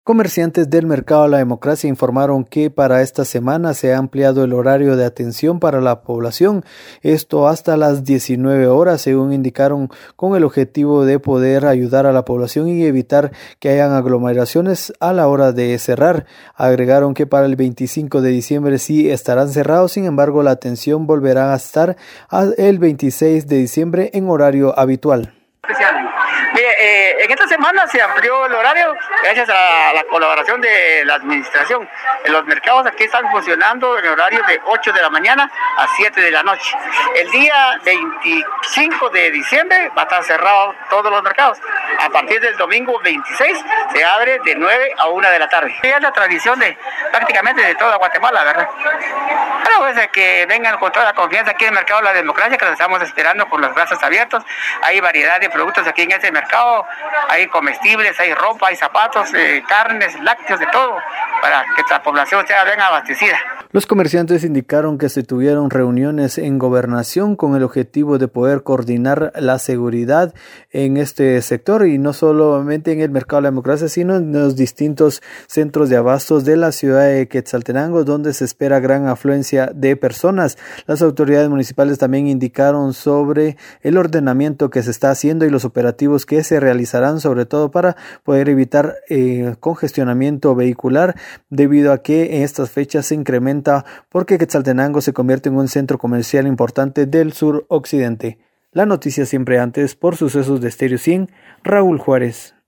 Comerciantes del Mercado de la Democracia informaron que para esta semana se ha ampliado el horario de atención para la población, esto hasta las 19 horas, según indicaron, con el objetivo de poder ayudar a la población y evitar que hayan aglomeraciones a la hora de cerrar. Agregaron que para el 25 de diciembre sí estarán cerrados, sin embargo la atención volverá a estar el 26 de diciembre en horario habitual. Mire, en esta semana se amplió el horario gracias a la colaboración de la administración. Los mercados aquí están funcionando en horario de 8 de la mañana a 7 de la noche. El día 25 de diciembre va a estar cerrado todos los mercados. A partir del domingo 26 se abre de 9 a 1 de la tarde. Es la tradición de prácticamente de toda Guatemala, ¿verdad? Pero pues que vengan con toda la confianza aquí en el Mercado de la Democracia, que los estamos esperando con los brazos abiertos. Hay variedad de productos aquí en este mercado, hay comestibles, hay ropa, hay zapatos, carnes, lácteos, de todo, para que la población sea bien abastecida. Los comerciantes indicaron que se tuvieron reuniones en Gobernación con el objetivo de poder coordinar la seguridad en este sector y no solamente en el Mercado de la Democracia, sino en los distintos centros de abastos de la ciudad de Quetzaltenango, donde se espera gran afluencia de personas. Las autoridades municipales también indicaron sobre el ordenamiento que se está haciendo y los operativos que se realizarán, sobre todo para poder evitar congestionamiento vehicular, debido a que en estas fechas se incrementa porque Quetzaltenango se convierte en un centro comercial importante del sur occidente. La noticia siempre antes por Sucesos de Estéreo 100, Raúl Juárez.